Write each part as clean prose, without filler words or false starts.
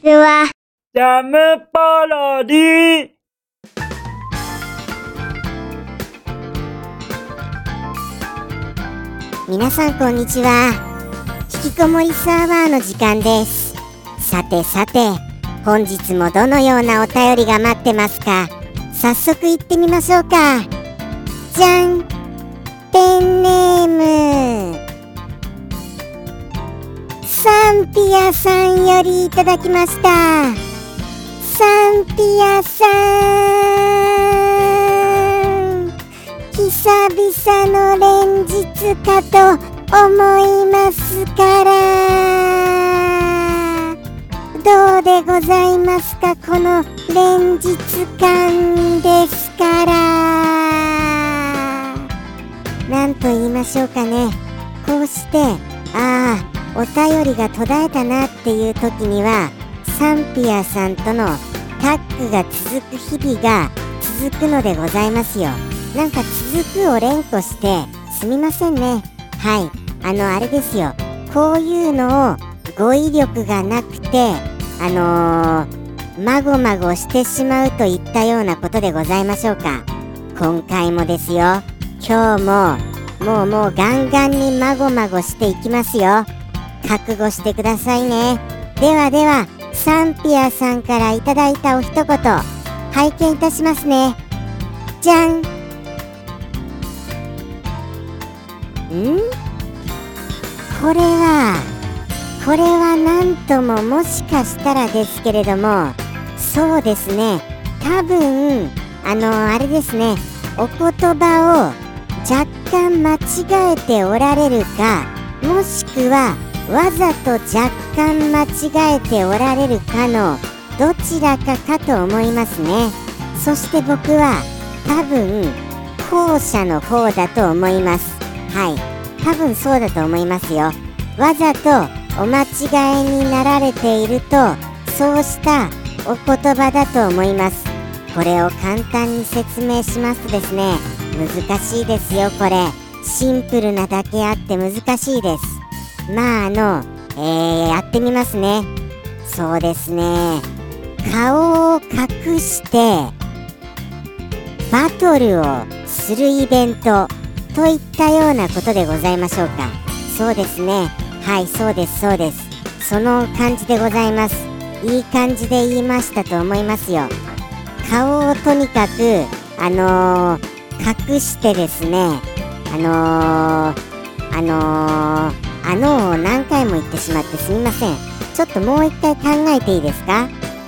ちは。 ジャムパロディ。 皆さんこんにちは。引きこもりサーバーの時間です。さてさて、本日もどのようなお便りが待ってますか。早速行ってみましょうか。じゃん。ペンネームサンピアさんよりいただきました。サンピアさん、久々の連日かと思いますから、どうでございますか、この連日感ですから。なんと言いましょうかね。こうしてお便りが途絶えたなっていう時には、サンピアさんとのタッグが続く日々が続くのでございますよ。なんか続くを連呼してすみませんね。はい、あれですよ。こういうのを語彙力がなくてまごまごしてしまうといったようなことでございましょうか。今回もですよ。今日ももうガンガンにまごまごしていきますよ。覚悟してくださいね。ではサンピアさんからいただいたお一言、拝見いたしますね。じゃん。これはなんとも、もしかしたらですけれども、そうですね、多分あれですね、お言葉を若干間違えておられるか、もしくはわざと若干間違えておられるかのどちらかかと思いますね。そして僕は多分後者の方だと思います。はい、多分そうだと思いますよ。わざとお間違いになられていると、そうしたお言葉だと思います。これを簡単に説明しますとですね、難しいですよ。これシンプルなだけあって難しいです。やってみますね。そうですね、顔を隠してバトルをするイベントといったようなことでございましょうか。そうですね、はい、そうです、その感じでございます。いい感じで言いましたと思いますよ。顔をとにかく隠してですね、を何回も言ってしまってすみません。ちょっともう一回考えていいですか。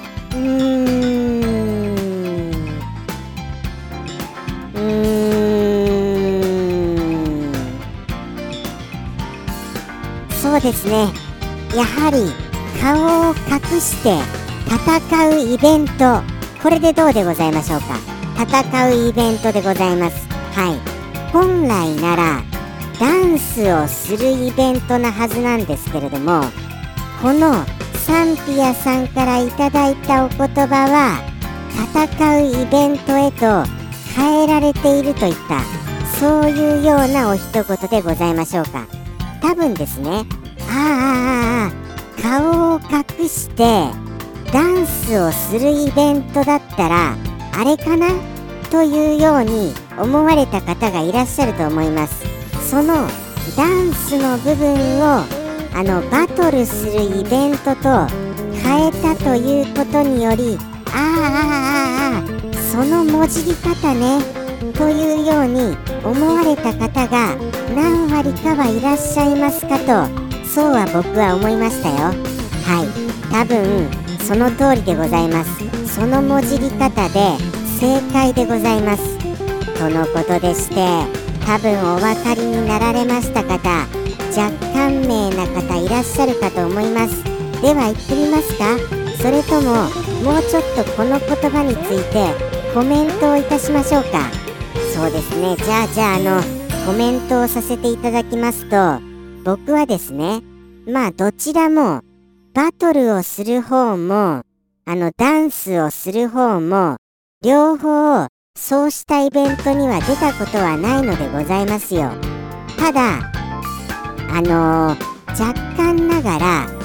そうですね、やはり顔を隠して戦うイベント、これでどうでございましょうか。戦うイベントでございます。はい、本来ならダンスをするイベントなはずなんですけれども、このサンピアさんからいただいたお言葉は戦うイベントへと変えられているといった、そういうようなお一言でございましょうか。多分ですね、顔を隠してダンスをするイベントだったらあれかなというように思われた方がいらっしゃると思います。そのダンスの部分をバトルするイベントと変えたということにより、その文字り方ねというように思われた方が何割かはいらっしゃいますかと、そうは僕は思いましたよ。はい、多分その通りでございます。その文字り方で正解でございます。とのことでして、多分お分かりになられました方、若干名な方いらっしゃるかと思います。では行ってみますか。それとももうちょっとこの言葉についてコメントをいたしましょうか。そうですね、じゃあコメントをさせていただきますと、僕はですね、どちらもバトルをする方もダンスをする方も両方そうしたイベントには出たことはないのでございますよ。ただ若干ながらそ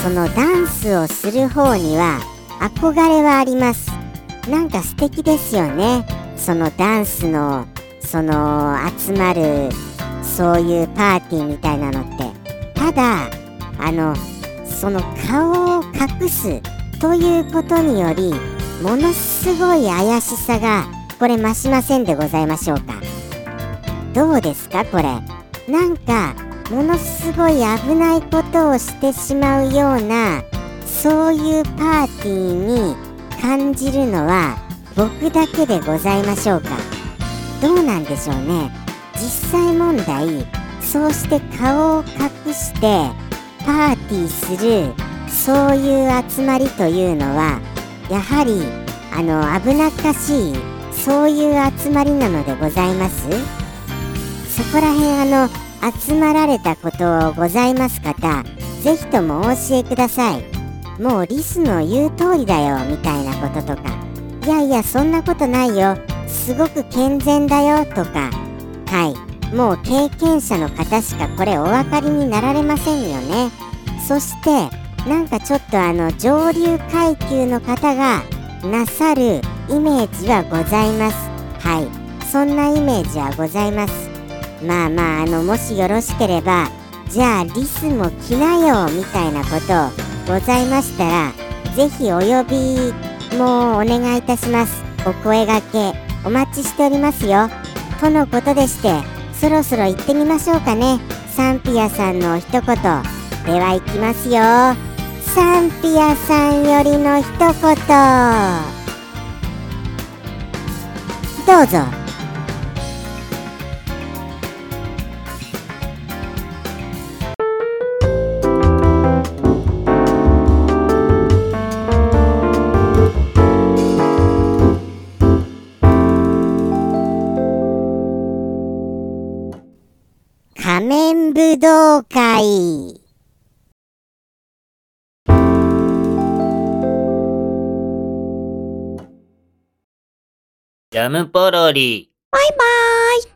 そのダンスをする方には憧れはあります。なんか素敵ですよね。そのダンスのその集まるそういうパーティーみたいなのって。ただその顔を隠すということによりものすごい怪しさがこれ増しませんでございましょうか。どうですかこれ。なんかものすごい危ないことをしてしまうようなそういうパーティーに感じるのは僕だけでございましょうか。どうなんでしょうね。実際問題そうして顔を隠してパーティーするそういう集まりというのはやはり危なっかしいそういう集まりなのでございます。そこら辺集まられたことございます方、ぜひともお教えください。もうリスの言う通りだよみたいなこととか、いやいやそんなことないよ、すごく健全だよとか、はい、もう経験者の方しかこれお分かりになられませんよね。そしてなんかちょっと上流階級の方がなさるイメージはございます。はい、そんなイメージはございます。まあまあもしよろしければじゃあリスも来なよみたいなことございましたらぜひお呼びもお願いいたします。お声掛けお待ちしておりますよとのことでして、そろそろ行ってみましょうかね。サンピアさんのお一言では行きますよ。サンピアさんよりの一言どうぞ。仮面武道会。 ジャムポロリ。 バイバーイ。